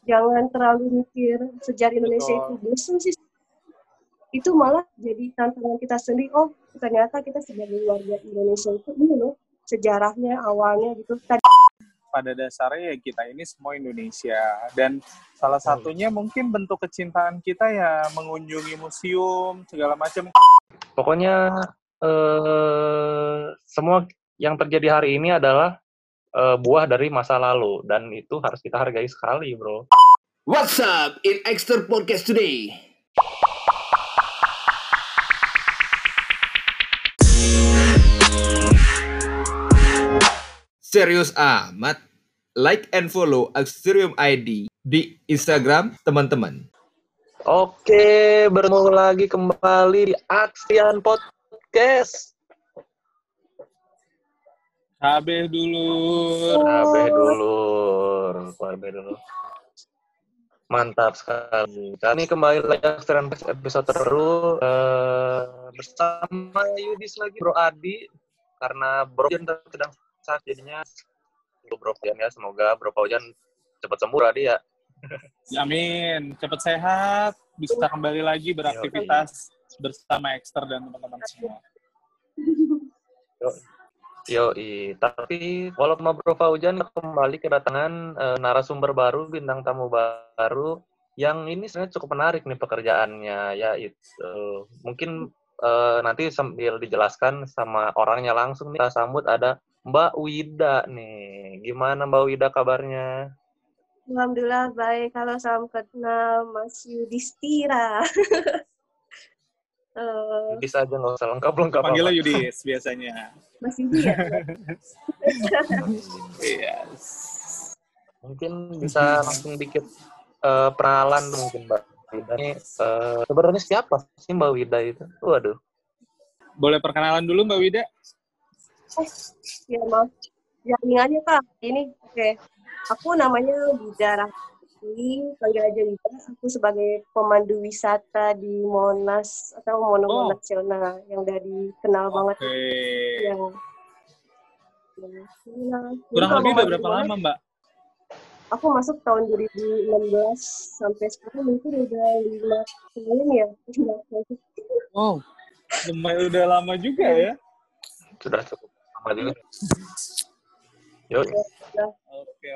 jangan terlalu mikir sejarah Indonesia itu bosan sih. Itu malah jadi tantangan kita sendiri. Oh, ternyata kita sebagai warga Indonesia itu ini loh sejarahnya awalnya gitu. Pada dasarnya ya kita ini semua Indonesia, dan salah satunya mungkin bentuk kecintaan kita ya mengunjungi museum segala macam. Pokoknya semua yang terjadi hari ini adalah buah dari masa lalu, dan itu harus kita hargai sekali, bro. What's up in Extra Podcast today? Serius amat. Like and follow Axterium ID di Instagram teman-teman. Oke, bertemu lagi kembali di Aksian Podcast. Kabeh dulur. Mantap sekali. Kami kembali lagi Aksian Podcast episode terbaru bersama Yudis lagi, Bro Adi. Karena Bro Jan sedang sakit, jadinya Bro Fauzan ya, semoga Bro Fauzan cepat sembuh Adi ya. Amin, cepat sehat, bisa kembali lagi beraktivitas bersama Ekster dan teman-teman semua. Yoi, tapi walaupun Bro Fauzan kembali kedatangan narasumber baru, bintang tamu baru yang ini sebenarnya cukup menarik nih pekerjaannya ya itu. Mungkin nanti sambil dijelaskan sama orangnya langsung nih, kita sambut ada Mbak Wida nih. Gimana Mbak Wida kabarnya? Alhamdulillah baik. Halo, salam kenal Mas Yudhistira. Yudis aja nggak usah lengkap-lengkap. Panggilnya Yudis biasanya. Mas Yudi ya? Yes. Mungkin bisa langsung dikit perkenalan mungkin Mbak Wida ini. Sebenarnya siapa sih Mbak Wida itu? Waduh. Boleh perkenalan dulu Mbak Wida? Ya maaf. Jaringannya Kak. Ini oke. Aku namanya Wida Rahmi, panggil aja Wida. Aku sebagai pemandu wisata di Monas atau Monumen Nasional yang udah dikenal banget. Yang kurang lebih udah berapa lama Mbak? Aku masuk tahun 2016 sampai sekarang mungkin udah 5 tahun ya. Oh, lumayan udah lama juga ya? Sudah cukup lama juga. Yuk. Oke.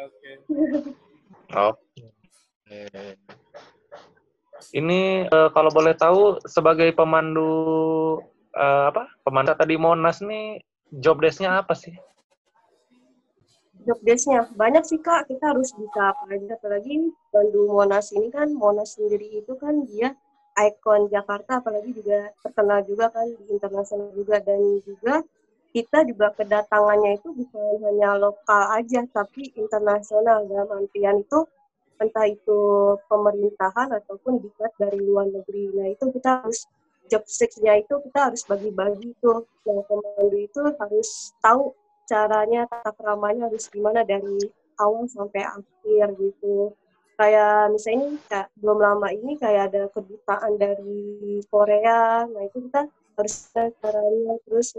Ini kalau boleh tahu sebagai pemandu pemandu tadi Monas nih, job desk-nya apa sih? Job desk-nya banyak sih Kak, kita harus bisa apa aja, apalagi pemandu Monas ini kan, Monas sendiri itu kan dia ikon Jakarta, apalagi juga terkenal juga kan di internasional juga, dan juga kita juga kedatangannya itu bukan hanya lokal aja, tapi internasional. Dalam artian itu, entah itu pemerintahan ataupun diklat dari luar negeri. Nah, itu kita harus, job desk-nya itu kita harus bagi-bagi itu. Nah, pemandu itu harus tahu caranya, tata keramanya harus gimana dari awal sampai akhir gitu. Kayak misalnya kayak belum lama ini kayak ada kedutaan dari Korea. Nah, itu kita harus caranya, terus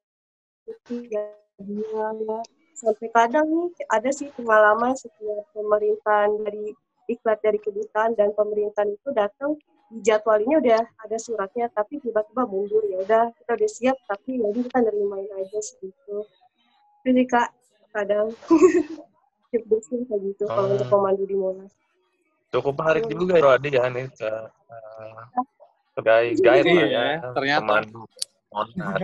sampai kadang nih ada sih pengalaman setiap pemerintahan dari diklat dari kedutaan dan pemerintahan itu datang, dijadwalinnya udah ada suratnya tapi tiba-tiba mundur. Ya udah kita udah siap tapi jadi kita nerimain aja segitu. Jadi Kak kadang biasanya kayak gitu kalau untuk pemandu di Monas. Cukup menarik juga ya Adi ya nih sebagai guide lah ya, ternyata pemandu Monas.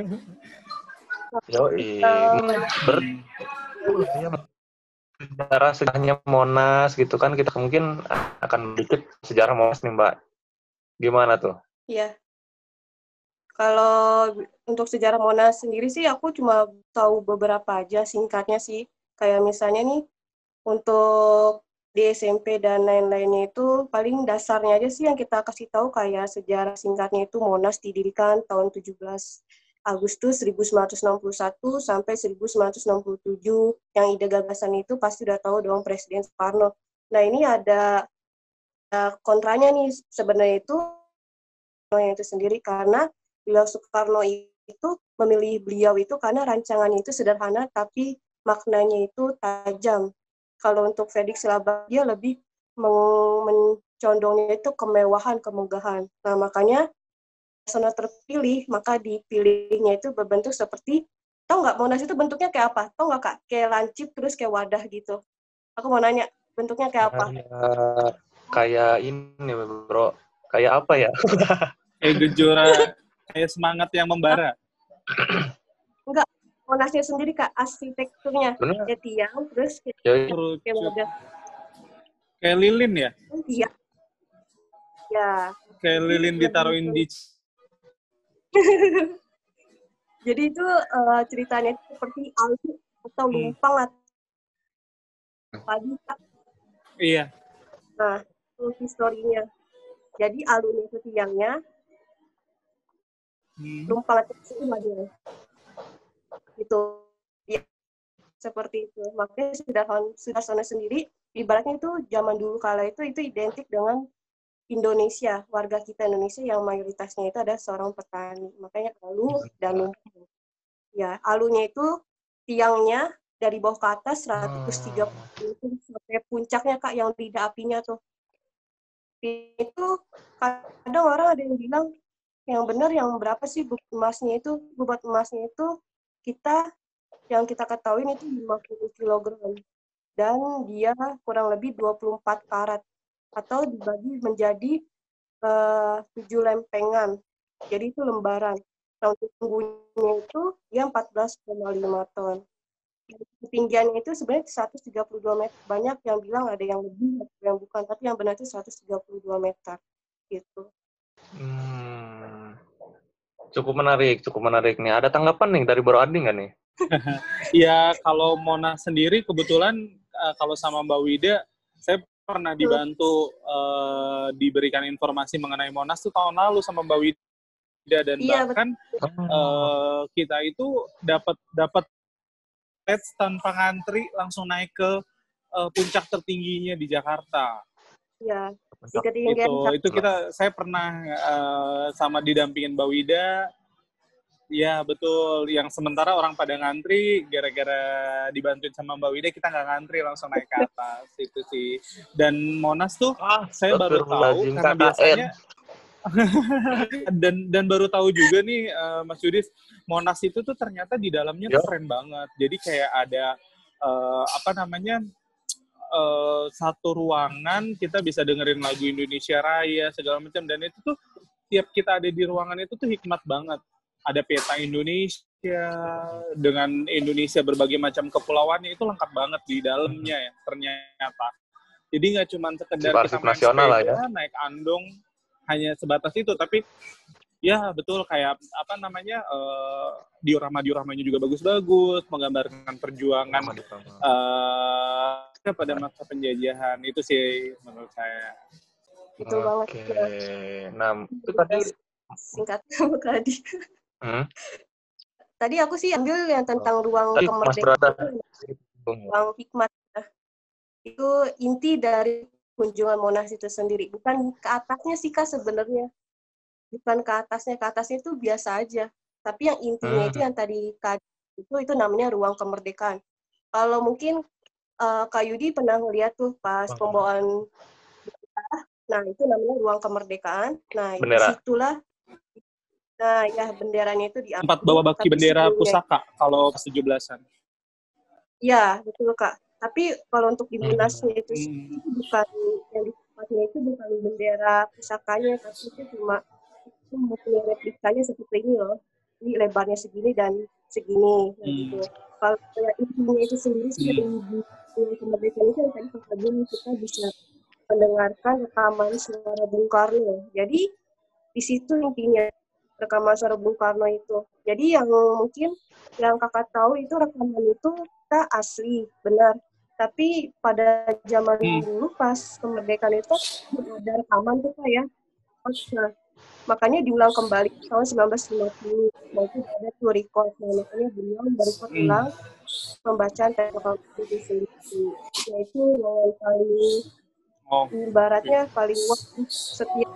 Sejarahnya Monas gitu kan, kita mungkin akan dikit sejarah Monas nih Mbak. Gimana tuh? Iya. Kalau untuk sejarah Monas sendiri sih aku cuma tahu beberapa aja singkatnya sih. Kayak misalnya nih untuk di SMP dan lain-lainnya itu paling dasarnya aja sih yang kita kasih tahu, kayak sejarah singkatnya itu Monas didirikan tahun 17 Agustus 1961 sampai 1967. Yang ide gagasan itu pasti udah tahu dong, Presiden Soekarno. Nah, ini ada kontranya nih sebenarnya itu sendiri, karena beliau Soekarno itu memilih beliau itu karena rancangannya itu sederhana tapi maknanya itu tajam. Kalau untuk Felix Silaba dia lebih mencondongnya itu kemewahan, kemegahan. Nah, makanya sana terpilih, maka dipilihnya itu berbentuk seperti, tau nggak Monas itu bentuknya kayak apa? Tau nggak Kak? Kayak lancip terus kayak wadah gitu. Aku mau nanya, bentuknya kayak apa? Kayak ini, bro. Kayak apa ya? Kayak gejora, kayak semangat yang membara. Enggak, Monasnya sendiri Kak, arsitekturnya. Bener. Ya tiang, terus Ya, kayak wadah. Kayak lilin ya? Iya. Ya. Kayak lilin ditaruhin di... Jadi itu ceritanya itu seperti alu atau lumpang atau padi. Iya. Nah, itu historinya. Jadi alunya itu tiangnya, lumpang itu badannya. Gitu. Ya, seperti itu. Makanya Sudarsono sendiri, ibaratnya itu zaman dulu kala itu identik dengan Indonesia, warga kita Indonesia yang mayoritasnya itu ada seorang petani. Makanya alu dan lumpang. Ya, alunya itu tiangnya dari bawah ke atas 130 sampai puncaknya Kak yang tidak apinya tuh. Itu kadang orang ada yang bilang yang benar yang berapa sih bobot emasnya itu yang kita ketahui itu 50 kg dan dia kurang lebih 24 karat atau dibagi menjadi 7 lempengan. Jadi itu lembaran. Nah, untuk tingginya itu dia 14,5 ton. Ketinggiannya itu sebenarnya 132 meter. Banyak yang bilang ada yang lebih, ada yang bukan. Tapi yang benar itu 132 meter. Gitu. Cukup menarik nih. Ada tanggapan nih dari Bro Adi nggak nih? Ya, kalau Monas sendiri kebetulan kalau sama Mbak Wida, saya pernah dibantu diberikan informasi mengenai Monas tuh tahun lalu sama Mbak Wida dan bahkan kita itu dapat tanpa ngantri langsung naik ke puncak tertingginya di Jakarta. Iya. Di ketinggian itu saya pernah sama didampingin Mbak Wida. Ya betul, yang sementara orang pada ngantri, gara-gara dibantuin sama Mbak Wida, kita nggak ngantri, langsung naik ke atas, itu sih. Dan Monas tuh, saya baru tahu, karena biasanya, dan baru tahu juga nih, Mas Yudis, Monas itu tuh ternyata di dalamnya tuh keren banget. Jadi kayak ada, satu ruangan, kita bisa dengerin lagu Indonesia Raya, segala macam, dan itu tuh, tiap kita ada di ruangan itu tuh hikmat banget. Ada peta Indonesia, dengan Indonesia berbagai macam kepulauannya, itu lengkap banget di dalamnya ya, ternyata. Jadi nggak cuma sekedar kita main sepeda, naik andong, hanya sebatas itu, tapi ya betul kayak, diorama-dioramanya juga bagus-bagus, menggambarkan perjuangan pada masa penjajahan, itu sih menurut saya. Itu banget. Nah, itu tadi singkat tadi. Tadi aku sih ambil yang tentang ruang kemerdekaan, ruang hikmat. Itu inti dari kunjungan Monas itu sendiri. Bukan ke atasnya sih Kak sebenarnya. Bukan ke atasnya itu biasa aja. Tapi yang intinya itu yang tadi itu namanya ruang kemerdekaan. Kalau mungkin Kak Yudi pernah ngeliat tuh pas pembawaan bendera, nah itu namanya ruang kemerdekaan. Nah disitulah. Nah, ya benderanya itu diambil. Tempat bawa baki bendera pusaka kalau 17-an. Iya, betul Kak. Tapi kalau untuk di Monasnya itu bukan yang di tempatnya itu bukan bendera pusakanya, tapi itu cuma mempunyai replikanya seperti ini loh. Ini lebarnya segini dan segini, gitu. Kalau intinya itu sendiri sih dari kemerdekaan itu yang tadi Pak bilang kita bisa mendengarkan rekaman suara Bung Karno. Jadi di situ intinya rekaman suara Bung Karno itu. Jadi yang mungkin yang kakak tahu itu rekaman itu kita asli, benar. Tapi pada zaman dulu pas kemerdekaan itu ada rekaman tuh Kak ya. Nah, makanya diulang kembali tahun 1950. Nah itu ada tuh record. Nah, makanya beliau merecord ulang pembacaan teks proklamasi sendiri. Yaitu yang paling ibaratnya paling setiap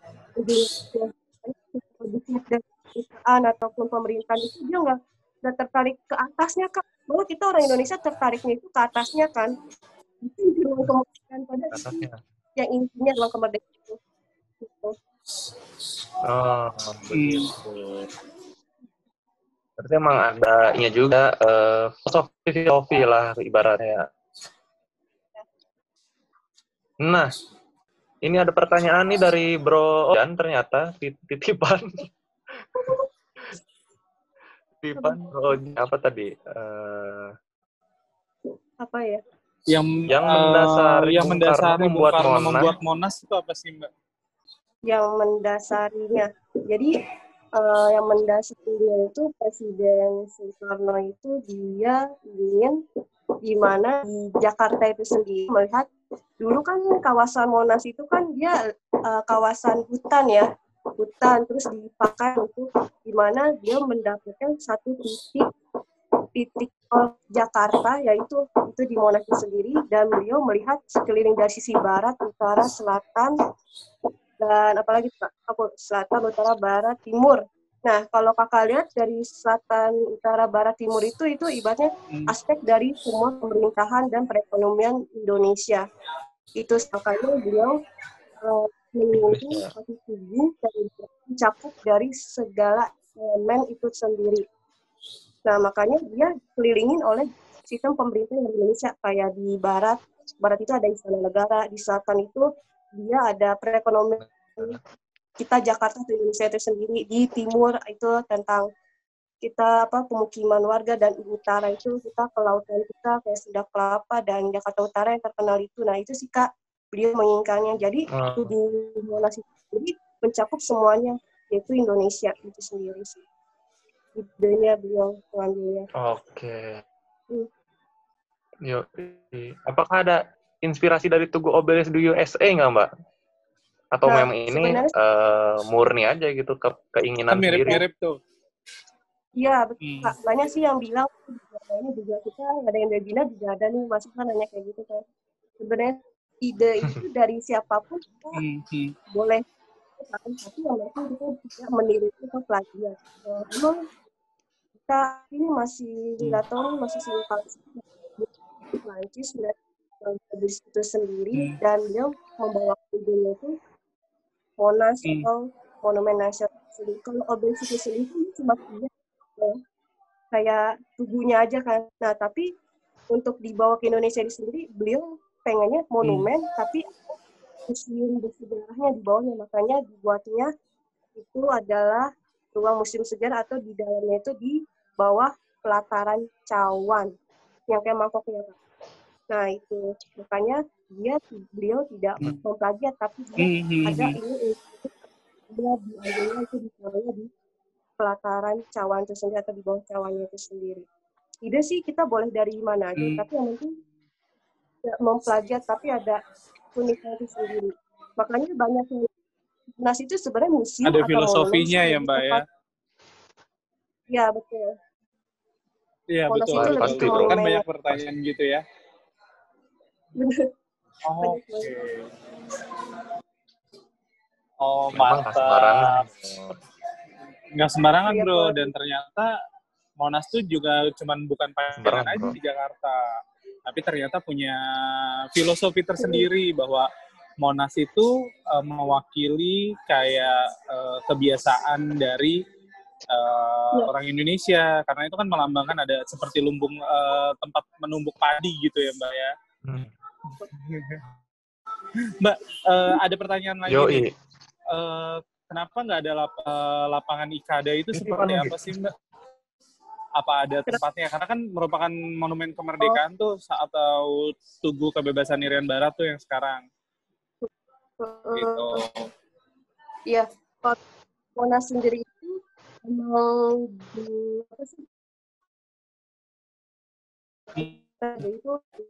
dan perusahaan ataupun pemerintahan itu dia nggak tertarik ke atasnya Kak. Bahwa kita orang Indonesia tertariknya itu ke atasnya kan. Itu di ruang kemerdekaan pada yang intinya dalam kemerdekaan itu. Gitu. Oh, begitu. Berarti emang ada nya juga filosofi lah ibaratnya. Nah, ini ada pertanyaan nih dari Bro Ojan ternyata titipan. Titipan Bro Ojan apa tadi? Apa ya? Yang mendasari Bung Karno membuat Monas itu apa sih, Mbak? Yang mendasarinya. Jadi yang mendasarinya itu Presiden Soekarno itu dia ingin di mana di Jakarta itu sendiri melihat dulu kan kawasan Monas itu kan dia kawasan hutan ya, hutan terus dipakai untuk di mana dia mendapatkan satu titik Jakarta yaitu itu di Monas itu sendiri, dan beliau melihat sekeliling dari sisi barat, utara, selatan, dan apalagi selatan, utara, barat, timur. Nah, kalau kakak lihat dari selatan, utara, barat, timur itu ibaratnya aspek dari semua pemerintahan dan perekonomian Indonesia. Itu makanya beliau memiliki satu tubuh yang mencakup dari segala elemen itu sendiri. Nah, makanya dia kelilingin oleh sistem pemerintahan Indonesia. Kayak di barat itu ada istana negara, di selatan itu dia ada perekonomian kita Jakarta atau Indonesia itu sendiri, di timur itu tentang kita pemukiman warga, dan di utara itu kita kelautan kita kayak Sunda Kelapa dan Jakarta Utara yang terkenal itu. Nah, itu sih Kak beliau menginginkannya. Jadi di Monas itu sendiri mencakup semuanya, yaitu Indonesia itu sendiri sih. Idenya beliau mengambilnya. Oke. Yuk. Apakah ada inspirasi dari Tugu Obelisk di USA nggak, Mbak? Atau memang ini murni aja gitu keinginan sendiri? Mirip-mirip tuh. Iya, betul Kak. Banyak sih yang bilang ini juga kita nggak ada yang berbina juga ada nih, masuk kan nanya kayak gitu kan. Sebenarnya ide itu dari siapapun kita boleh, tapi yang penting kita tidak meniru itu plagiat. Memang kita ini masih nggak tahu nih, masih simpang Prancis dan itu sendiri, dan dia membawa idenya itu Monas atau Monumen Nasional sendiri. Kalau Obelisk itu sendiri cuma kayak tubuhnya aja kan. Nah, tapi untuk dibawa ke Indonesia sendiri, beliau pengennya monumen, tapi museum bersejarahnya di bawahnya. Makanya dibuatnya itu adalah ruang museum sejarah, atau di dalamnya itu di bawah pelataran cawan yang kayak mangkoknya Pak. Nah, itu makanya beliau tidak memplagiat, tapi dia ada ini dia diambilnya itu di pelataran cawan itu sendiri atau di bawah cawannya itu sendiri. Ide sih kita boleh dari mana aja, tapi yang penting tidak memplagiat, tapi ada uniknya itu sendiri. Makanya banyak yang Monas itu sebenarnya museum ada atau filosofinya ya Mbak ya. Iya, betul. Iya, Monas betul. itu lebih Pasti kan banyak pertanyaan gitu ya. Oke. Oh, mantap. Nggak sembarangan, Bro. Dan ternyata Monas tuh juga bukan pajangan aja di Jakarta. Tapi ternyata punya filosofi tersendiri bahwa Monas itu mewakili kayak kebiasaan dari orang Indonesia, karena itu kan melambangkan ada seperti lumbung tempat menumbuk padi gitu ya Mbak ya. Mbak, ada pertanyaan lagi nih. Kenapa nggak ada lapangan Ikada itu seperti apa sih Mbak? Apa ada tempatnya? Karena kan merupakan monumen kemerdekaan tuh atau Tugu Kebebasan Irian Barat tuh yang sekarang. Gitu. Iya, Monas sendiri itu emang apa sih? Jadi itu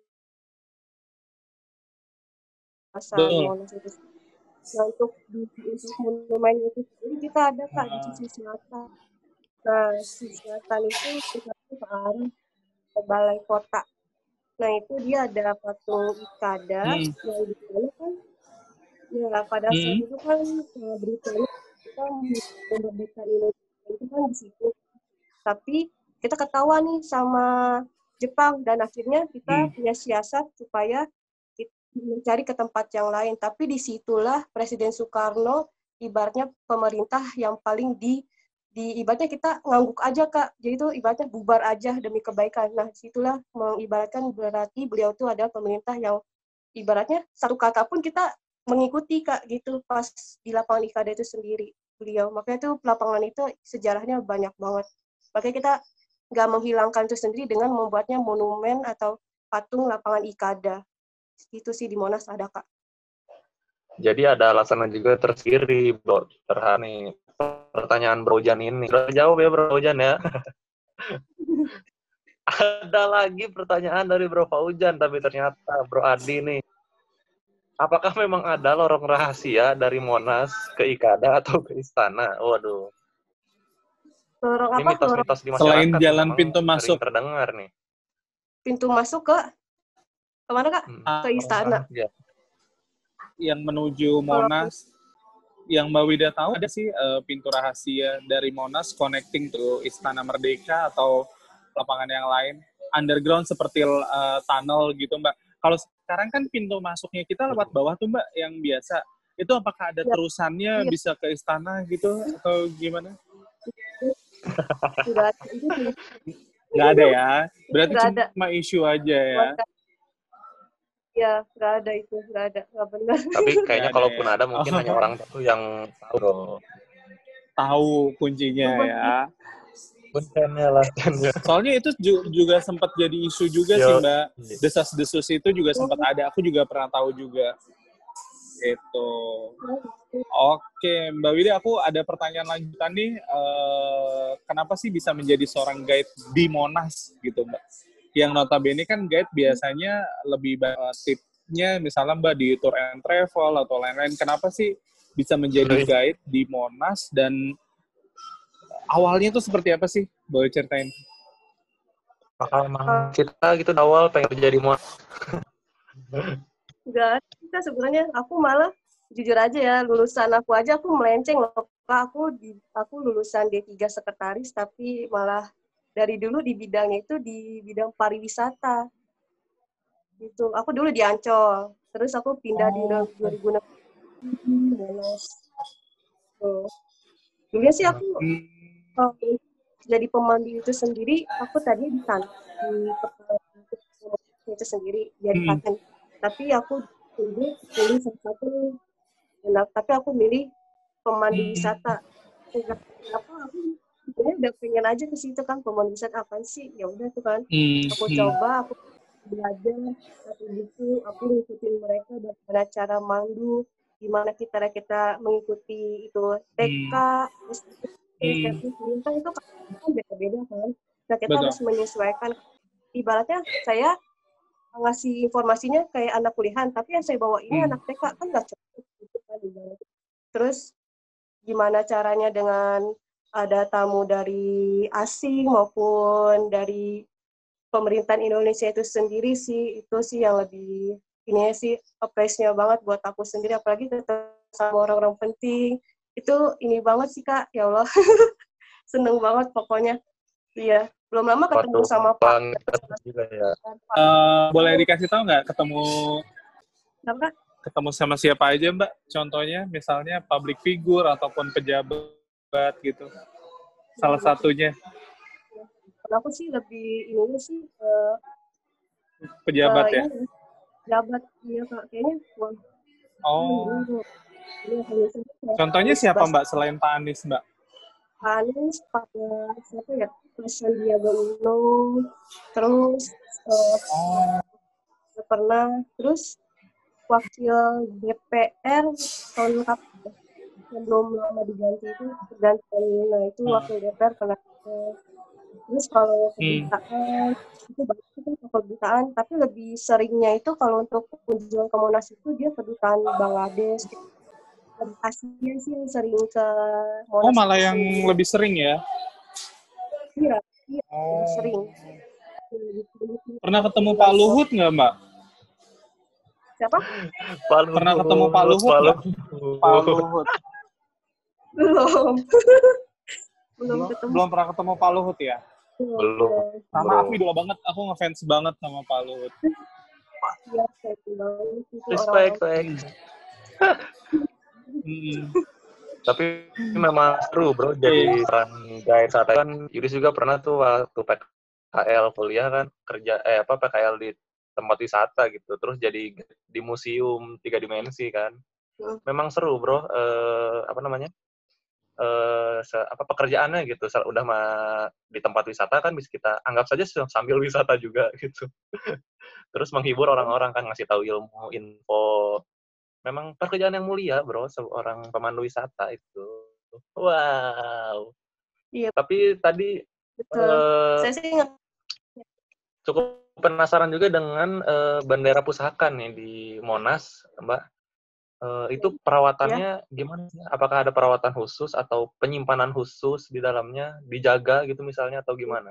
pasar Monas itu. Nah, untuk monumen itu sendiri kita ada Kak di sisi selatan. Nah, sisi selatan itu kita ke arah Balai Kota. Nah, itu dia ada patung Ikada yang di sana kan. Ya, pada saat itu kan beritanya kita memerdekakan Indonesia itu kan di situ. Tapi kita ketawa nih sama Jepang, dan akhirnya kita punya siasat supaya mencari ke tempat yang lain. Tapi disitulah Presiden Soekarno ibaratnya pemerintah yang paling ibaratnya kita ngangguk aja Kak. Jadi itu ibaratnya bubar aja demi kebaikan. Nah, disitulah mengibaratkan berarti beliau itu adalah pemerintah yang ibaratnya satu kata pun kita mengikuti Kak gitu pas di lapangan IKADA itu sendiri beliau. Makanya tuh lapangan itu sejarahnya banyak banget. Makanya kita nggak menghilangkan itu sendiri dengan membuatnya monumen atau patung lapangan IKADA. Itu sih di Monas ada Kak. Jadi ada alasan juga tersendiri, Bro. Terhani pertanyaan Bro Jan ini. Udah jawab ya Bro Jan ya. Ada lagi pertanyaan dari Bro Faujan, tapi ternyata Bro Adi nih. Apakah memang ada lorong rahasia dari Monas ke IKADA atau ke Istana? Waduh. Lorong Ini apa? mitos-mitos di masyarakat. Selain jalan memang pintu sering masuk. terdengar nih. Pintu masuk ke kemana Kak? Ke Istana. Ya. Yang menuju Monas, yang Mbak Wida tahu ada sih pintu rahasia dari Monas connecting to Istana Merdeka atau lapangan yang lain, underground seperti tunnel gitu Mbak. Kalau sekarang kan pintu masuknya kita lewat bawah tuh Mbak, yang biasa. Itu apakah ada terusannya bisa ke Istana gitu atau gimana? Nggak ada ya? Berarti cuma isu aja ya? Ya, nggak ada itu, nggak benar. Tapi kayaknya kalaupun ada mungkin hanya orang tuh yang tahu. Tahu kuncinya ya. Kuncinya lah. Soalnya itu juga sempat jadi isu juga sih Mbak. Desas-desus itu juga sempat ada. Aku juga pernah tahu juga. Itu. Oke, Mbak Wida, aku ada pertanyaan lanjutan nih. Kenapa sih bisa menjadi seorang guide di Monas gitu Mbak? Yang notabene kan guide biasanya lebih tipnya misalnya Mbak di tour and travel atau lain-lain. Kenapa sih bisa menjadi guide di Monas dan awalnya tuh seperti apa sih? Boleh ceritain. Emang kita gitu awal pengen jadi Monas. Enggak, kita sebenarnya aku malah jujur aja ya, lulusan aku aja aku melenceng loh. Aku lulusan D3 sekretaris tapi malah dari dulu di bidangnya itu di bidang pariwisata. Gitu. Aku dulu di Ancol, terus aku pindah di 2006 Monas. Dulunya sih aku jadi pemandu itu sendiri, aku tadi di sana di itu sendiri jadi paten. Tapi aku pilih satu, tapi aku milih pemandu wisata. Kenapa aku sebenarnya udah pengen aja ke situ kan, pemandu wisata apa sih? Ya udah tuh kan. Aku coba, aku belajar satu buku, aku ngikutin mereka bagaimana cara mandu, gimana kita mengikuti itu TK, itu kan beda-beda kan. Nah kita harus menyesuaikan. Ibaratnya saya ngasih informasinya kayak anak kuliahan, tapi yang saya bawa ini anak TK kan nggak cukup gitu kan. Terus gimana caranya dengan ada tamu dari asing maupun dari pemerintahan Indonesia itu sendiri sih, itu sih yang lebih ini sih appreciate banget buat aku sendiri, apalagi ketemu sama orang-orang penting. Itu ini banget sih Kak, ya Allah. Seneng banget pokoknya. Iya, belum lama ketemu sama Pak. Ya. Boleh dikasih tahu nggak Apa? Ketemu sama siapa aja Mbak? Contohnya misalnya public figure ataupun pejabat gitu. Salah satunya. Kalau aku sih lebih ini sih pejabat ya. Pejabat iya Kak, kayaknya. Contohnya siapa Mbak selain Pak Anies Mbak? Pak Anies, Pak siapa ya? Pak Sandiaga Uno, terus pernah, terus wakil DPR tahun kapan yang belum lama diganti itu nah itu wakil DPR pernah. Terus kalau kedutaan itu banyak itu kedutaan, tapi lebih seringnya itu kalau untuk kunjungan ke Monas itu dia kedutaan Bangladesh, Asia sih yang sering ke Monas. Malah yang lebih sering ya? Iya, sering. Pernah ketemu Pak Luhut nggak Mbak? Siapa? Pernah ketemu Pak Luhut nggak? Pak Luhut. Belum pernah ketemu Pak Luhut ya? Belum. Sama aku idola banget, aku ngefans banget sama Pak Luhut. Iya, kayak gitu banget itu Respect, orang-orang. Tapi memang seru bro, jadi orang guide saat kan Yudis juga pernah tuh waktu PKL kuliah kan kerja PKL di tempat wisata gitu, terus jadi di museum 3 dimensi kan. Memang seru bro, pekerjaannya gitu. Udah di tempat wisata kan bisa kita anggap saja sambil wisata juga gitu. Terus menghibur orang-orang kan, ngasih tahu ilmu, info. Memang pekerjaan yang mulia, bro, seorang pemandu wisata itu. Wow. Iya, Tapi tadi betul. Saya sih cukup penasaran juga dengan bendera pusaka nih di Monas, Mbak. Itu perawatannya gimana sih? Apakah ada perawatan khusus atau penyimpanan khusus di dalamnya, dijaga gitu misalnya, atau gimana?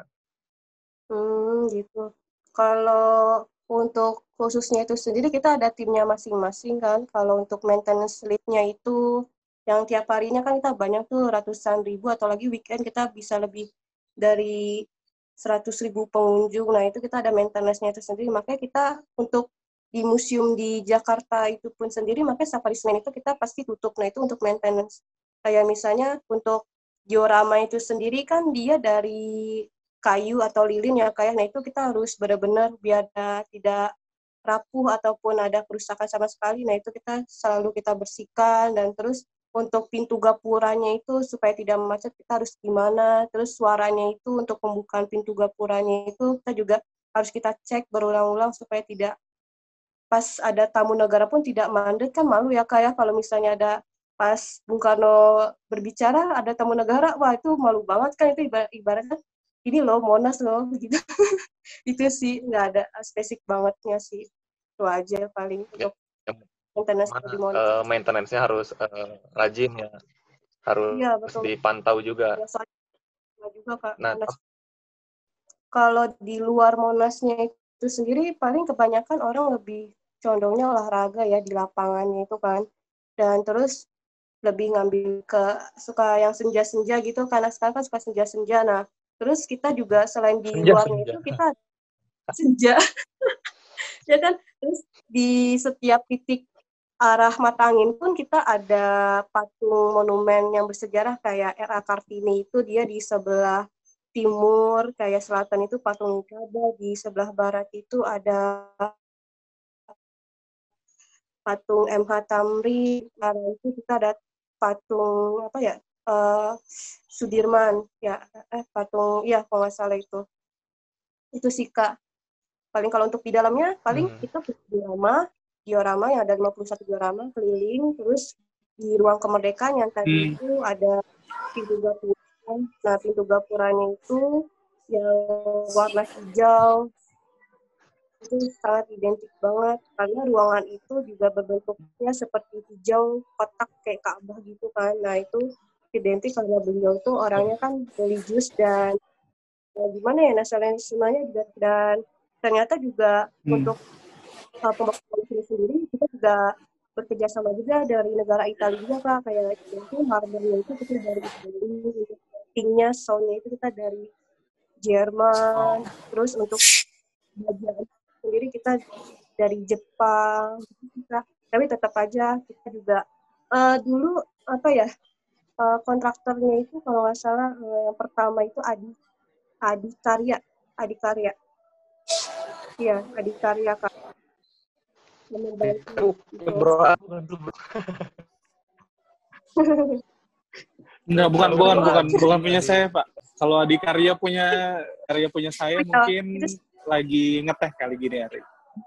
Gitu. Kalau untuk khususnya itu sendiri kita ada timnya masing-masing kan. Kalau untuk maintenance lead-nya itu yang tiap harinya kan kita banyak tuh ratusan ribu atau lagi weekend kita bisa lebih dari 100.000 pengunjung. Nah itu kita ada maintenance-nya itu sendiri. Makanya kita untuk di museum di Jakarta itu pun sendiri, makanya Safari Semen itu kita pasti tutup. Nah itu untuk maintenance. Kayak misalnya untuk diorama itu sendiri kan dia dari kayu atau lilin ya kayak, nah itu kita harus benar-benar biar tidak rapuh ataupun ada kerusakan sama sekali. Nah itu kita selalu kita bersihkan, dan terus untuk pintu gapuranya itu supaya tidak macet kita harus gimana, terus suaranya itu untuk pembukaan pintu gapuranya itu kita juga harus kita cek berulang-ulang supaya tidak pas ada tamu negara pun tidak mandek. Kan malu ya kayak kalau misalnya ada pas Bung Karno berbicara ada tamu negara, wah itu malu banget kan, itu ibaratnya ini loh Monas loh gitu. Itu sih nggak ada spesifik bangetnya sih, itu aja paling untuk maintenance di Monas. Maintenance-nya harus rajin ya, harus Iya betul dipantau juga. ya, soalnya juga Kak Nah, Monas. Kalau di luar Monasnya itu sendiri paling kebanyakan orang lebih condongnya olahraga ya di lapangannya itu kan, dan terus lebih ngambil ke suka yang senja-senja gitu, karena sekarang kan suka senja-senja. Nah, terus kita juga selain di luarnya senja. itu kita senja, ya kan. Terus di setiap titik arah mata angin pun kita ada patung monumen yang bersejarah kayak R.A. Kartini itu dia di sebelah timur, kayak selatan itu patung Kaba, di sebelah barat itu ada patung M.H. Tamrin, karena itu kita ada patung apa ya, Sudirman ya, patung ya kalau nggak salah itu sih Kak. Paling kalau untuk di dalamnya paling kita diorama yang ada 51 diorama keliling, terus di ruang kemerdekaan yang tadi itu ada pintu gapura. Nah pintu gapuranya itu yang warna hijau itu sangat identik banget karena ruangan itu juga berbentuknya seperti hijau kotak kayak Ka'bah gitu kan. Nah itu identik karena beliau tuh orangnya kan religius dan gimana ya, nasionalismenya juga, dan ternyata juga untuk pembangunan ini sendiri kita juga bekerja sama juga dari negara Italia juga Kak, kayak itu marmernya itu kita dari Italia, tingnya soundnya itu kita dari Jerman, terus untuk bagian sendiri kita dari Jepang kita, tapi tetap aja kita juga dulu apa ya, kontraktornya itu kalau nggak salah yang pertama itu Adikarya iya Adikarya Kak, membantu gitu. Bro, Enggak, bukan punya saya, Pak. Kalau Adikarya punya saya mungkin lagi ngeteh kali gini hari.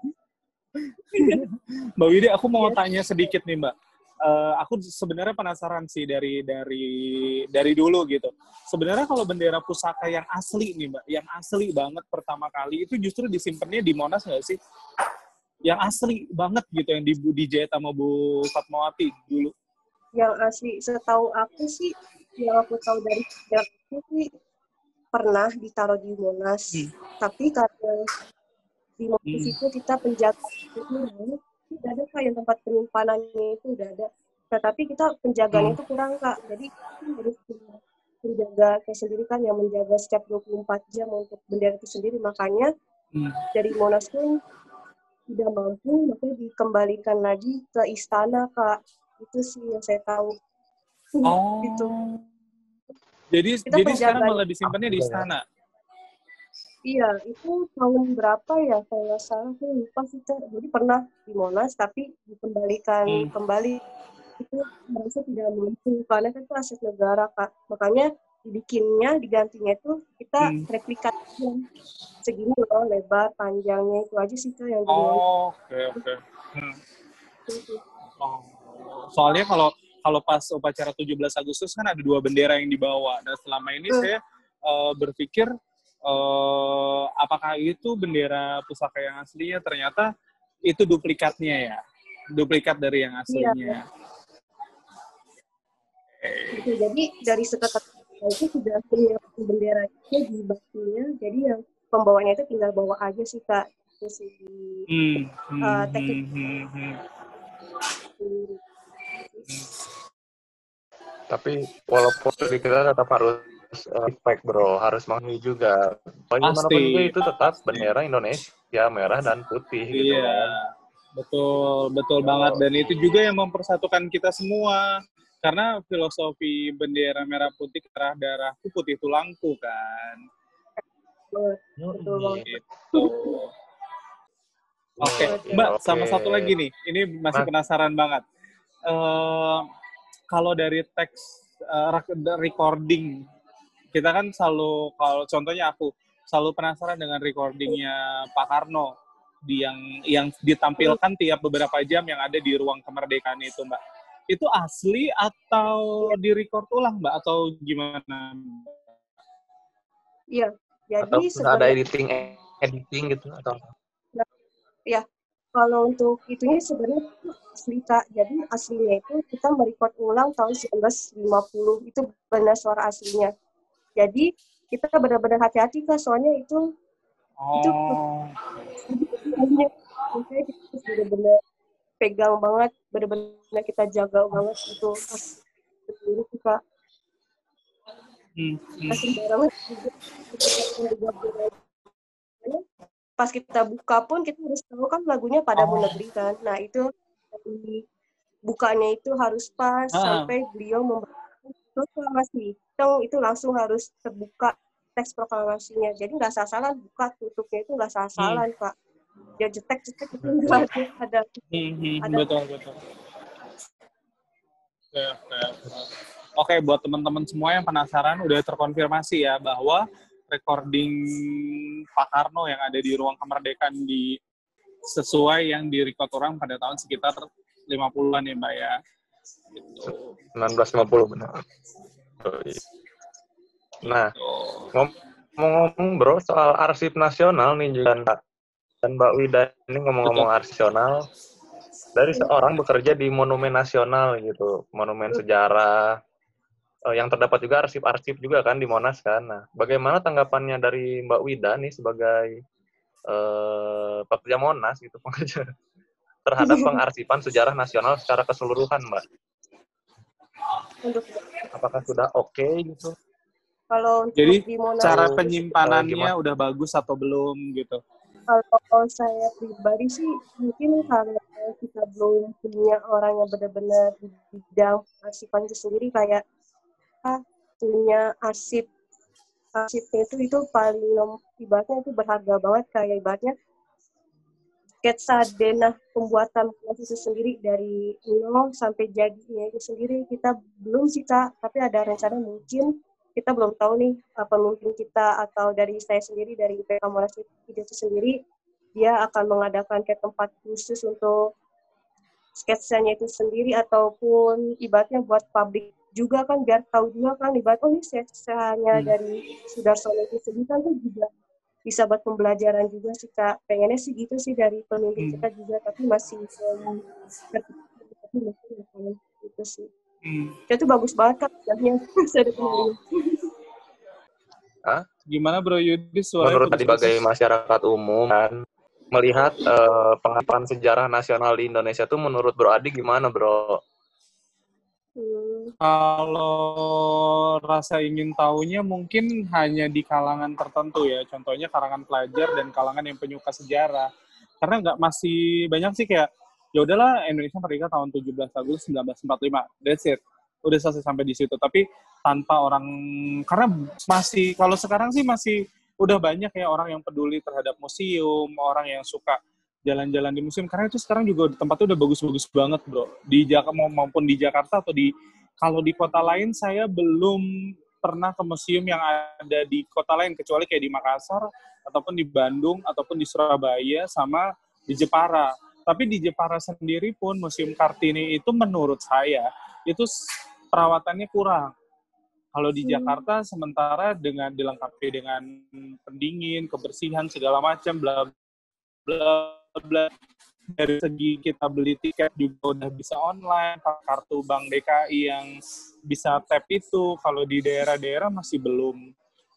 Mbak Widi, aku mau tanya sedikit nih, Mbak. Aku sebenarnya penasaran sih dari dulu gitu. Sebenarnya kalau bendera pusaka yang asli nih, Mbak, yang asli banget pertama kali itu justru disimpannya di Monas nggak sih? Yang asli banget gitu, yang dijahit sama Bu Fatmawati dulu. Yang asli setahu aku sih, yang aku tahu dari sejarah itu sih pernah ditaruh di Monas, tapi karena di Monas itu kita penjaga itu udah ada Kak, yang tempat penyimpanannya itu udah ada, nah tapi kita penjagaannya itu kurang Kak, jadi harus penjaga kayak sendiri kan yang menjaga setiap 24 jam untuk bendera itu sendiri. Makanya dari Monas pun tidak mampu, makanya dikembalikan lagi ke istana, Kak. Itu sih yang saya tahu. Gitu. Oh. Jadi Kita sekarang penjagaan. malah disimpannya di istana. Iya, itu tahun berapa ya? Kalau nggak salah, saya lupa sih, Kak. Jadi pernah di Monas, tapi dikembalikan kembali. Itu merasa tidak mampu, karena kan itu aset negara, Kak. Makanya digantinya itu kita replikasinya. Segini loh, lebar, panjangnya, itu aja sih, Kak, yang dimana. Oh, oke. Oh. Soalnya kalau pas upacara 17 Agustus kan ada 2 bendera yang dibawa. Dan selama ini saya berpikir apakah itu bendera pusaka yang aslinya, ternyata itu duplikatnya ya. Duplikat dari yang aslinya. Iya. Gitu. Jadi dari seketat itu sudah punya bendera itu di bakunya, jadi yang pembawanya itu tinggal bawa aja sih, Kak. Itu sih teknik. Tapi walaupun kita tetap harus respect, bro, harus memahami juga. Bagaimanapun juga itu tetap bendera Indonesia, merah dan putih gitu kan. Betul banget. Dan itu juga yang mempersatukan kita semua. Karena filosofi bendera merah putih kerah darahku putih tulangku kan. Betul. Gitu. Oke, Mbak, sama satu lagi nih. Ini masih penasaran banget. Kalau dari teks recording, kita kan selalu, kalau contohnya aku selalu penasaran dengan recordingnya Pak Karno yang ditampilkan tiap beberapa jam yang ada di ruang kemerdekaan itu, Mbak. Itu asli atau di-record ulang, Mbak, atau gimana? Iya, jadi atau ada editing gitu atau? Ya, kalau untuk itunya sebenarnya asli, Kak. Jadi aslinya itu kita merecord ulang tahun 1950, itu benar suara aslinya. Jadi kita benar-benar hati-hati, Kak, soalnya itu makanya kita benar-benar pegang banget, benar-benar kita jaga banget itu asli Kak. Asli banget. Pas kita buka pun kita harus tahu kan lagunya Padamu Negeri kan. Nah itu bukanya itu harus pas sampai beliau membacakan proklamasi. Itu langsung harus terbuka teks proklamasinya. Jadi nggak salah-salah buka tutupnya itu nggak salah-salah Kak. Dia cetek-cetek itu nggak ada. Betul. Oke, buat teman-teman semua yang penasaran, udah terkonfirmasi ya bahwa recording Pak Karno yang ada di ruang kemerdekaan sesuai yang di-record orang pada tahun sekitar 50-an ya, Mbak ya. Gitu. 1950 benar. Nah, ngomong-ngomong bro soal arsip nasional nih juga, dan Mbak Wida ini ngomong-ngomong arsip nasional, dari seorang bekerja di monumen nasional gitu, monumen sejarah, yang terdapat juga arsip-arsip juga kan di Monas kan. Nah, bagaimana tanggapannya dari Mbak Wida nih sebagai pekerja Monas gitu, pekerja terhadap pengarsipan sejarah nasional secara keseluruhan, Mbak? Apakah sudah oke gitu? Kalau jadi di Monas, cara penyimpanannya udah bagus atau belum gitu? Kalau saya pribadi sih mungkin karena kita belum punya orang yang benar-benar di bidang arsipan itu sendiri, kayak punya arsipnya itu paling ibaratnya itu berharga banget, kayak ibaratnya sketsa denah pembuatan Monas itu sendiri dari nol sampai jadinya itu sendiri kita belum sih Kak, tapi ada rencana mungkin kita belum tahu nih pemimpin kita atau dari saya sendiri dari IPK Monas itu sendiri, dia akan mengadakan kayak tempat khusus untuk sketsanya itu sendiri ataupun ibaratnya buat publik juga kan, biar tahu juga kan ibarat ini sketsanya dari Sudarsono itu sendiri kan tuh juga bisa buat pembelajaran juga sih Kak. Pengennya sih gitu sih dari pemimpin kita juga, tapi masih itu sih. Itu bagus banget Kak, saya Gimana Bro Yudis? Menurut tadi sebagai masyarakat umum kan, melihat pengapalan sejarah nasional di Indonesia tuh menurut Bro Adi gimana Bro? Kalau rasa ingin tahunya mungkin hanya di kalangan tertentu ya, contohnya kalangan pelajar dan kalangan yang penyuka sejarah. Karena nggak masih banyak sih kayak, ya udahlah Indonesia merdeka tahun 17 Agustus 1945, that's it. Udah selesai sampai di situ. Tapi tanpa orang, karena masih, kalau sekarang sih masih udah banyak ya orang yang peduli terhadap museum, orang yang suka jalan-jalan di museum, karena itu sekarang juga tempatnya udah bagus-bagus banget, bro. Di Jakarta maupun di Jakarta atau kalau di kota lain saya belum pernah ke museum yang ada di kota lain, kecuali kayak di Makassar, ataupun di Bandung, ataupun di Surabaya, sama di Jepara. Tapi di Jepara sendiri pun, Museum Kartini itu menurut saya, itu perawatannya kurang. Kalau di Jakarta, sementara dengan dilengkapi dengan pendingin, kebersihan, segala macam, bla bla bla. Dari segi kita beli tiket juga udah bisa online, kartu Bank DKI yang bisa tap itu. Kalau di daerah-daerah masih belum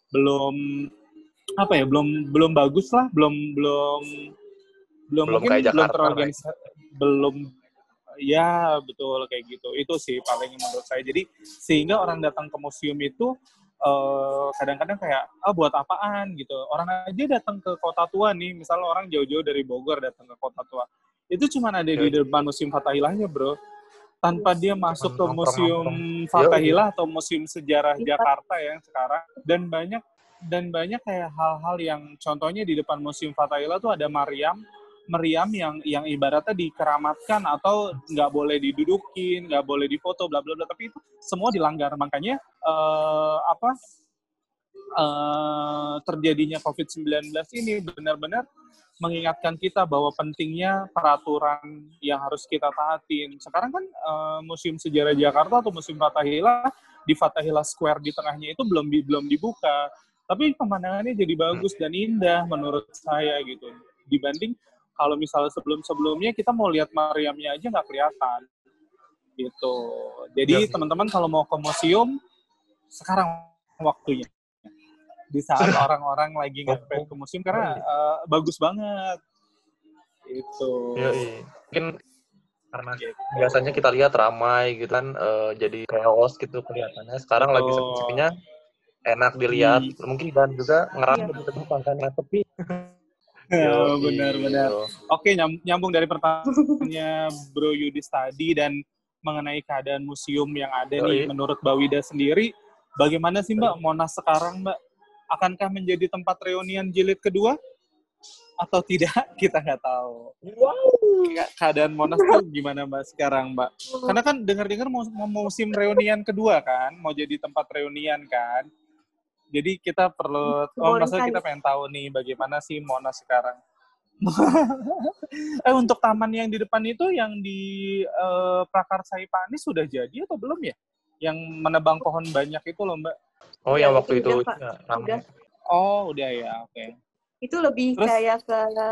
apa ya, belum bagus lah, belum mungkin kayak belum Jakarta, terorganisasi, belum, ya betul kayak gitu. Itu sih paling menurut saya. Jadi sehingga orang datang ke museum itu kadang-kadang kayak, buat apaan gitu. Orang aja datang ke Kota Tua nih, misalnya orang jauh-jauh dari Bogor datang ke Kota Tua, itu cuma ada di depan Museum Fathahillahnya, bro. Tanpa dia masuk ke Museum Fathahillah atau Museum Sejarah Jakarta yang sekarang. Dan banyak kayak hal-hal yang, contohnya di depan Museum Fathahillah tuh ada meriam yang ibaratnya dikeramatkan atau nggak boleh didudukin, nggak boleh difoto, bla bla bla. Tapi itu semua dilanggar. Makanya terjadinya COVID-19 ini benar-benar mengingatkan kita bahwa pentingnya peraturan yang harus kita taatin. Sekarang kan Museum Sejarah Jakarta atau Museum Fathahillah di Fathahillah Square di tengahnya itu belum dibuka. Tapi pemandangannya jadi bagus dan indah menurut saya gitu. Dibanding kalau misalnya sebelum-sebelumnya kita mau lihat meriamnya aja nggak kelihatan. Gitu. Jadi teman-teman kalau mau ke museum, sekarang waktunya. Di saat orang-orang lagi nggak pengen ke museum, karena bagus banget. Itu. Mungkin karena biasanya kita lihat ramai gitu kan, jadi chaos gitu kelihatannya. Sekarang lagi sepi-sepinya, enak dilihat. Mungkin dan juga ngerasa lebih teduh karena sepi. Benar-benar. Oke, nyambung dari pertanyaannya Bro Yudis tadi dan mengenai keadaan museum yang ada nih, menurut Mbak Wida sendiri, bagaimana sih Mbak Monas sekarang, Mbak? Akankah menjadi tempat reunian jilid kedua? Atau tidak? Kita nggak tahu. Keadaan Monas tuh gimana Mbak sekarang, Mbak? Karena kan dengar-dengar mau musim reunian kedua kan, mau jadi tempat reunian kan. Jadi kita perlu, maksudnya kita pengen tahu nih bagaimana sih Monas sekarang. Untuk taman yang di depan itu, yang di Prakarsai Pak Anies sudah jadi atau belum ya? Yang menebang pohon banyak itu loh, Mbak. Oh, yang waktu itu. Udah. Oh, udah ya, oke. Itu lebih kayak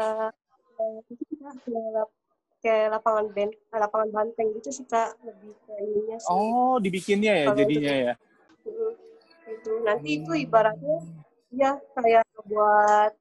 ke lapangan banteng gitu sih, Kak. Lebih ke ininya sih. Oh, dibikinnya ya jadinya ya? Itu. Nanti itu ibaratnya ya kayak buat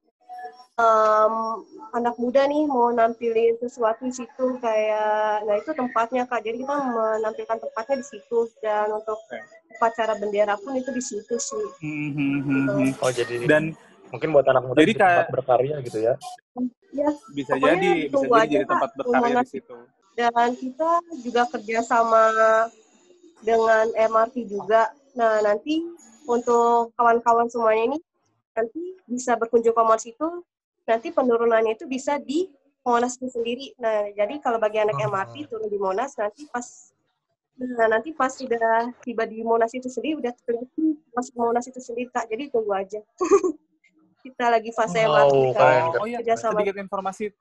anak muda nih mau nampilin sesuatu di situ, kayak, nah itu tempatnya Kak. Jadi kita menampilkan tempatnya di situ, dan untuk upacara bendera pun itu di situ sih. Oh, jadi dan mungkin buat anak muda jadi tempat berkarya gitu ya? Ya, bisa jadi tempat berkarya di situ. Dan kita juga kerjasama dengan MRT juga. Nah, nanti untuk kawan-kawan semuanya ini nanti bisa berkunjung ke Monas itu, nanti penurunannya itu bisa di Monas itu sendiri. Nah, jadi kalau bagi anak MRT turun di Monas, nanti pas sudah tiba di Monas itu sendiri, udah kelihatan masuk Monas itu sendiri, Kak. Jadi tunggu aja. Kita lagi fase MRT, Kak. Sedikit informasi.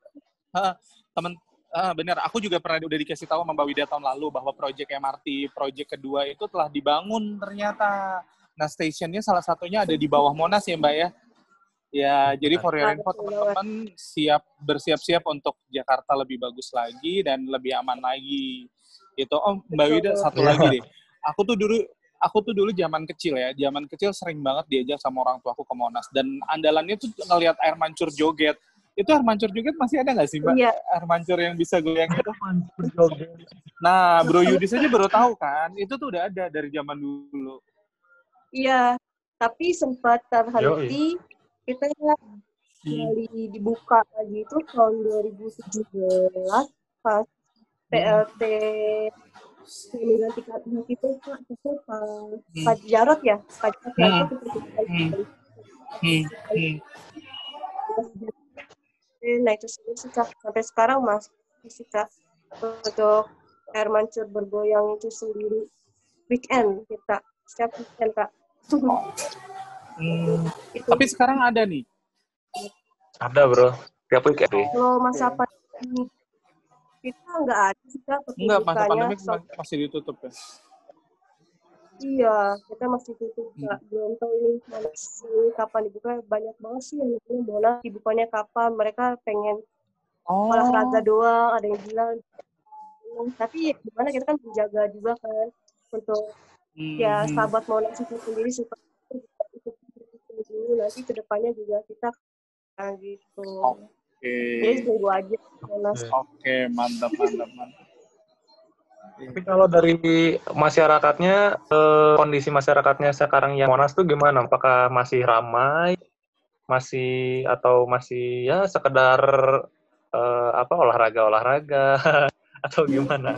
Benar, aku juga pernah udah dikasih tahu sama Mbak Wida tahun lalu bahwa proyek MRT, proyek kedua itu telah dibangun ternyata. Nah, stasiunnya salah satunya ada di bawah Monas ya, Mbak ya. Ya, jadi for your info, teman-teman bersiap-siap untuk Jakarta lebih bagus lagi dan lebih aman lagi. Itu. Oh, Mbak Wida, satu lagi deh. Aku tuh dulu zaman kecil sering banget diajak sama orang tuaku ke Monas, dan andalannya tuh ngelihat air mancur joget. Itu air mancur joget masih ada nggak sih, Mbak? Iya. Air mancur yang bisa goyang itu. Nah, Bro Yudis aja baru tahu kan, itu tuh udah ada dari zaman dulu. Iya, tapi sempat terhenti. Kita kembali dibuka lagi itu tahun 2017 pas PLT pemilihan tingkat itu Kak, itu Pak Jarot ya, Pak Jarot itu nah itu sih Kak, sampai sekarang masih sih Kak untuk air mancur bergoyang itu sendiri weekend kita setiap weekend Kak. Itu Tapi sekarang ada nih. Ada bro, tiap weekend. kalau masa pandemi kita nggak ada sih Kak Enggak, masa pertunjukannya. pandemi masih ditutup ya. Iya, kita masih tutup Kak. Belum tahu ini masih kapan dibuka. Banyak banget sih yang bilang bola dibukanya kapan. Mereka pengen olahraga doang. Ada yang bilang. Tapi gimana kita kan menjaga juga kan untuk ya sahabat Monas itu sendiri supaya ikut dulu nanti kedepannya juga kita gitu. Jadi tunggu aja Monas. Oke, mantap. Tapi kalau dari masyarakatnya, kondisi masyarakatnya sekarang yang Monas tuh gimana? Apakah masih ramai, atau masih ya sekedar olahraga atau gimana?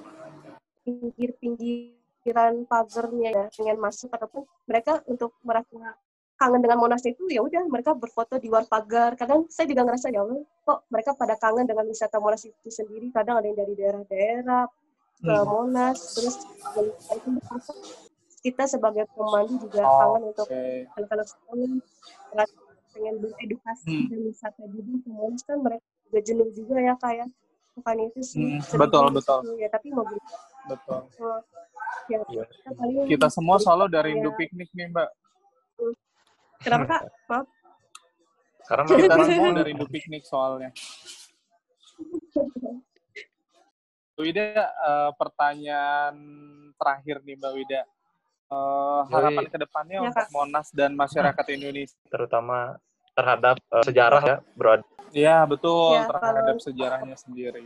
Pinggir-pinggiran pagernya ya, pengen masuk ataupun mereka untuk merasa kangen dengan Monas itu ya udah mereka berfoto di luar pagar. Kadang saya juga ngerasa ya Allah, kok mereka pada kangen dengan wisata Monas itu sendiri. Kadang ada yang dari daerah-daerah ke Monas, terus kita sebagai pemandu juga kangen untuk anak-anak sekolah pengen beredukasi dan wisata juga ke Monas kan mereka juga jenuh juga ya kayak bukan itu sih betul ya tapi mau betul ya, kita semua selalu dari rindu piknik nih Mbak. Kenapa Kak? Maaf. Sekarang kita semua dari rindu piknik soalnya. Wida, pertanyaan terakhir nih Mbak Wida. Harapan kedepannya ya, untuk Monas dan masyarakat Indonesia, terutama terhadap sejarah ya, bro. Iya betul, ya, terhadap sejarahnya sendiri.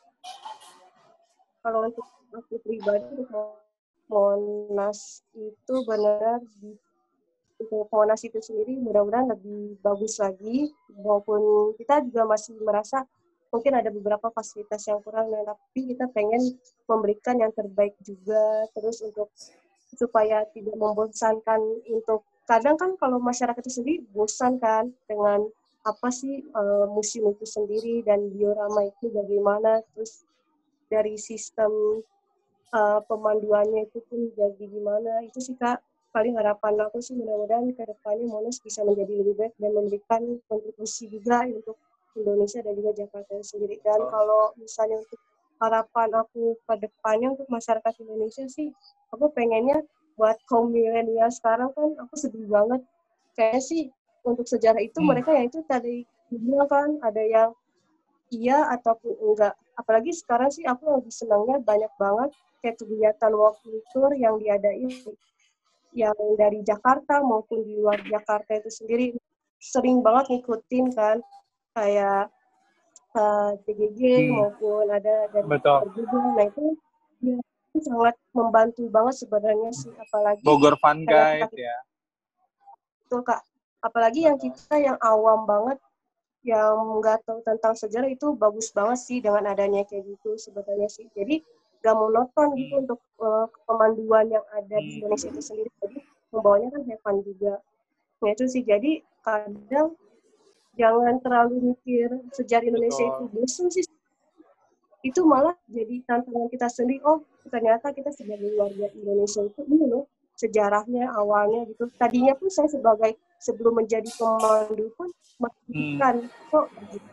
Kalau untuk aku pribadi untuk Monas itu benar untuk Monas itu sendiri mudah-mudahan lebih bagus lagi, maupun kita juga masih merasa mungkin ada beberapa fasilitas yang kurang, tapi kita pengen memberikan yang terbaik juga, terus untuk supaya tidak membosankan. Untuk kadang kan kalau masyarakat itu sendiri bosan kan dengan apa sih museum itu sendiri dan diorama itu bagaimana, terus dari sistem pemanduannya itu pun jadi gimana. Itu sih Kak paling harapan aku sih, mudah-mudahan ke depannya Monas bisa menjadi lebih baik dan memberikan kontribusi juga untuk Indonesia dan juga Jakarta sendiri. Dan kalau misalnya untuk harapan aku ke depannya untuk masyarakat Indonesia sih, aku pengennya buat kaum milenial sekarang kan aku sedih banget. Kayaknya sih untuk sejarah itu mereka yang itu tadi bilang kan ada yang iya ataupun enggak. Apalagi sekarang sih aku lebih senangnya banyak banget kayak kegiatan walking tour yang diadain yang dari Jakarta maupun di luar Jakarta itu sendiri, sering banget ngikutin kan kayak JGG maupun ada dari Bogor. Nah itu ya, sangat membantu banget sebenarnya sih, apalagi Bogor Fun Guide ya. Betul Kak, apalagi yang kita yang awam banget yang nggak tahu tentang sejarah itu bagus banget sih dengan adanya kayak gitu sebenarnya sih. Jadi gak monoton gitu untuk pemanduan yang ada di Indonesia itu sendiri. Jadi membawanya kan have fun juga. Nah itu sih, jadi kadang jangan terlalu mikir sejarah Indonesia itu bosan sih. Itu malah jadi tantangan kita sendiri. Oh ternyata kita sebagai warga Indonesia itu ini loh sejarahnya awalnya gitu. Tadinya pun saya sebagai sebelum menjadi pemandu pun memastikan kok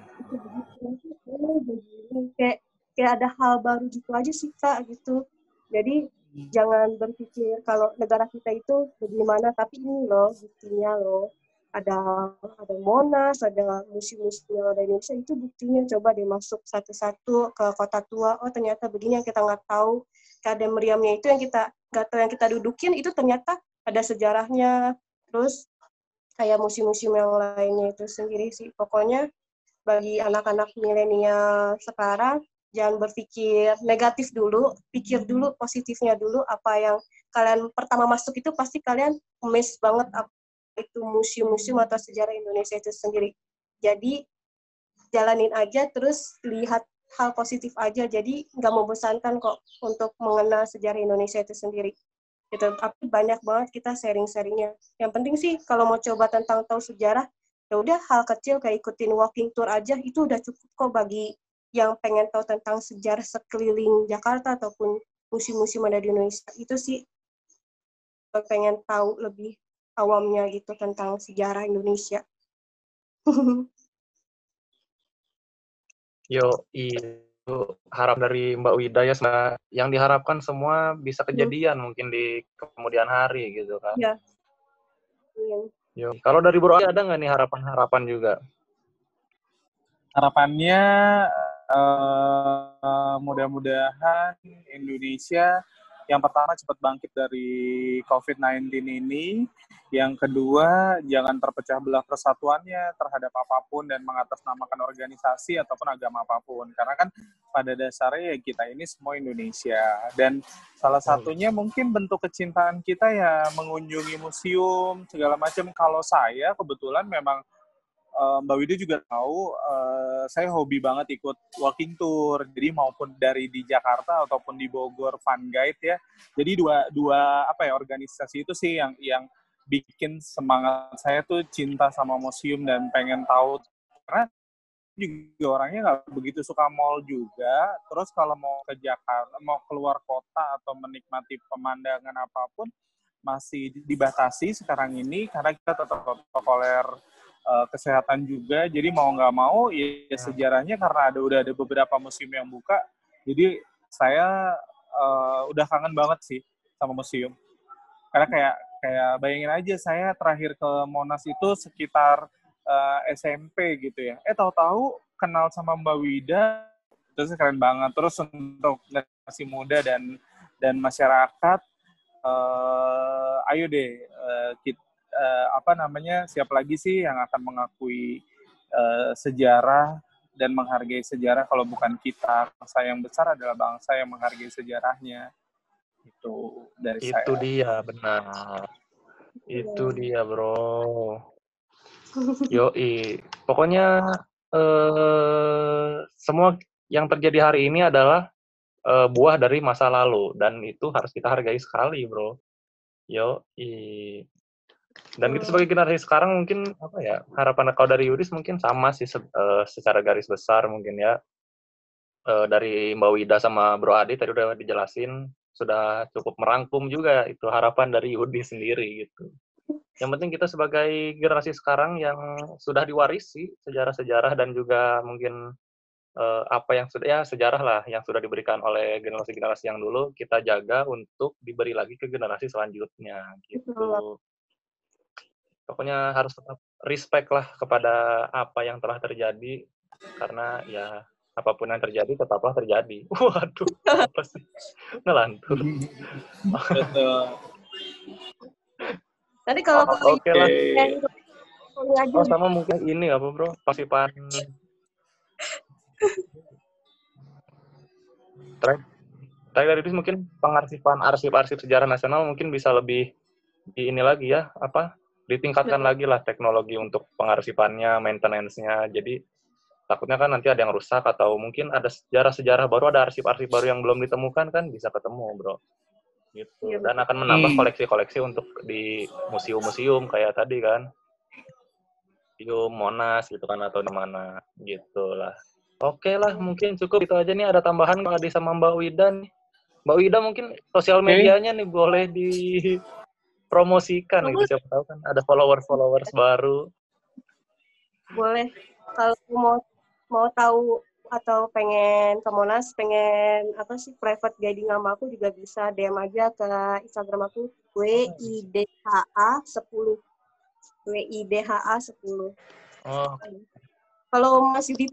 begini kayak ada hal baru gitu aja sih Kak gitu. Jadi jangan berpikir kalau negara kita itu bagaimana, tapi ini loh buktinya loh. Ada Monas, ada museum-museum yang ada di Indonesia, itu buktinya. Coba deh masuk satu-satu ke kota tua, oh ternyata begini yang kita nggak tahu. Kadang meriamnya itu yang kita nggak tahu, yang kita dudukin itu ternyata ada sejarahnya. Terus kayak museum-museum yang lainnya itu sendiri sih. Pokoknya bagi anak-anak milenial sekarang, jangan berpikir negatif dulu, pikir dulu positifnya dulu. Apa yang kalian pertama masuk itu pasti kalian amazed banget apa itu museum-museum atau sejarah Indonesia itu sendiri. Jadi jalanin aja, terus lihat hal positif aja. Jadi nggak membosankan kok untuk mengenal sejarah Indonesia itu sendiri. Gitu. Tapi banyak banget kita sharing-sharingnya. Yang penting sih kalau mau coba tentang tahu sejarah, ya udah hal kecil kayak ikutin walking tour aja itu udah cukup kok bagi yang pengen tahu tentang sejarah sekeliling Jakarta ataupun museum-museum ada di Indonesia. Itu sih pengen tahu lebih awamnya gitu tentang sejarah Indonesia. Yo, itu harap dari Mbak Wida ya, yang diharapkan semua bisa kejadian mungkin di kemudian hari gitu kan. Ya. Iya. Yo, kalau dari Bro Ali ada nggak nih harapan-harapan juga? Harapannya mudah-mudahan Indonesia yang pertama cepat bangkit dari COVID-19 ini. Yang kedua, jangan terpecah belah persatuannya terhadap apapun dan mengatasnamakan organisasi ataupun agama apapun. Karena kan pada dasarnya ya kita ini semua Indonesia. Dan salah satunya mungkin bentuk kecintaan kita ya mengunjungi museum, segala macam. Kalau saya kebetulan memang Mbak Wida juga tahu, saya hobi banget ikut walking tour. Jadi maupun dari di Jakarta ataupun di Bogor Fun Guide ya. Jadi dua organisasi itu sih yang bikin semangat saya tuh cinta sama museum dan pengen tahu. Karena juga orangnya nggak begitu suka mall juga. Terus kalau mau ke Jakarta, mau keluar kota atau menikmati pemandangan apapun masih dibatasi sekarang ini karena kita tetap protokoler kesehatan juga. Jadi mau nggak mau ya sejarahnya karena udah ada beberapa museum yang buka. Jadi saya udah kangen banget sih sama museum. Karena kayak bayangin aja saya terakhir ke Monas itu sekitar SMP gitu ya. Tahu-tahu kenal sama Mbak Wida, terus keren banget. Terus untuk generasi muda dan masyarakat, ayo deh siapa lagi sih yang akan mengakui sejarah dan menghargai sejarah kalau bukan kita. Bangsa yang besar adalah bangsa yang menghargai sejarahnya. Itu dari saya. Itu dia, benar. Itu dia, Bro. Yoi. Pokoknya semua yang terjadi hari ini adalah buah dari masa lalu dan itu harus kita hargai sekali, Bro. Yoi. Dan kita sebagai generasi sekarang mungkin harapan kau dari Yudis mungkin sama sih secara garis besar mungkin ya. Dari Mbak Wida sama Bro Adi tadi udah dijelasin, sudah cukup merangkum juga itu harapan dari Yudis sendiri gitu. Yang penting kita sebagai generasi sekarang yang sudah diwarisi sejarah-sejarah dan juga mungkin apa yang sudah ya sejarah lah yang sudah diberikan oleh generasi-generasi yang dulu kita jaga untuk diberi lagi ke generasi selanjutnya gitu. Pokoknya harus tetap respect lah kepada apa yang telah terjadi karena ya apapun yang terjadi tetaplah terjadi. Waduh, apa sih? Ngelantur. Betul. Nanti kalau oke lah. Oh, sama mungkin ini apa Bro? Pasipan. Terakhir dari mungkin pengarsipan arsip-arsip sejarah nasional mungkin bisa lebih di ini lagi ya, ditingkatkan lagi lah teknologi untuk pengarsipannya, maintenance-nya. Jadi takutnya kan nanti ada yang rusak atau mungkin ada sejarah-sejarah baru, ada arsip-arsip baru yang belum ditemukan kan bisa ketemu, Bro. Gitu. Dan akan menambah koleksi-koleksi untuk di museum-museum kayak tadi kan. Museum Monas gitu kan atau di mana gitu lah. Oke lah, mungkin cukup itu aja nih. Ada tambahan Kak Adi sama Mbak Wida nih. Mbak Wida mungkin sosial medianya nih boleh dipromosikan gitu, siapa tahu kan ada followers baru. Boleh. Kalau mau tahu atau pengen ke Monas, pengen private guiding sama aku juga bisa DM aja ke Instagram aku WIDHA10. WIDHA10. Oh. Kalau masih di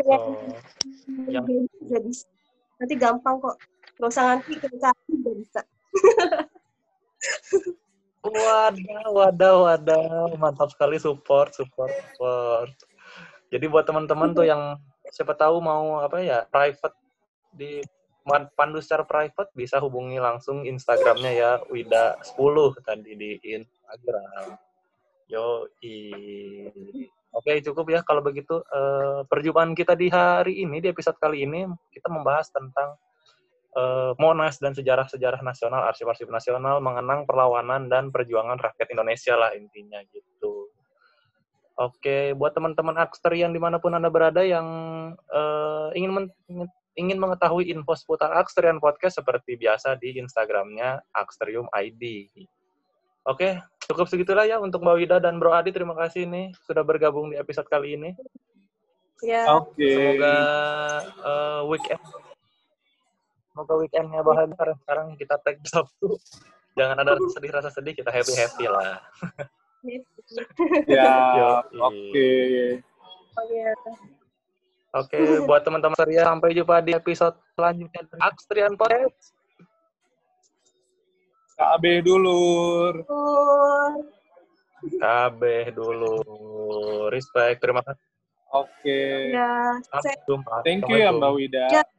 jadi nanti gampang kok. Nggak usah nanti kita juga bisa. Wadah. Mantap sekali support. Jadi buat teman-teman tuh yang siapa tahu mau private di pandu secara private bisa hubungi langsung Instagramnya ya Wida10 tadi di Instagram. Yoi. Oke, cukup ya kalau begitu. Perjumpaan kita di hari ini, di episode kali ini, kita membahas tentang Monas dan sejarah-sejarah nasional, arsip-arsip nasional, mengenang perlawanan dan perjuangan rakyat Indonesia lah intinya gitu. Oke, buat teman-teman Akster yang dimanapun Anda berada yang ingin mengetahui info seputar Aksterian Podcast seperti biasa di Instagramnya Aksterium ID. Oke, cukup segitulah ya untuk Mbak Wida dan Bro Adi. Terima kasih nih sudah bergabung di episode kali ini. Ya, Oke. Semoga weekendnya bahagia karena sekarang kita tag Sabtu. Jangan ada rasa sedih, kita happy lah. Ya, Yoi. oke. pokoknya. Oke, buat teman-teman seria, sampai jumpa di episode selanjutnya dari Aksterian Podcast. KB dulur. KB dulu. Respect, terima kasih. Oke. Ya, Sampai jumpa. Thank you ya Mbak Wida.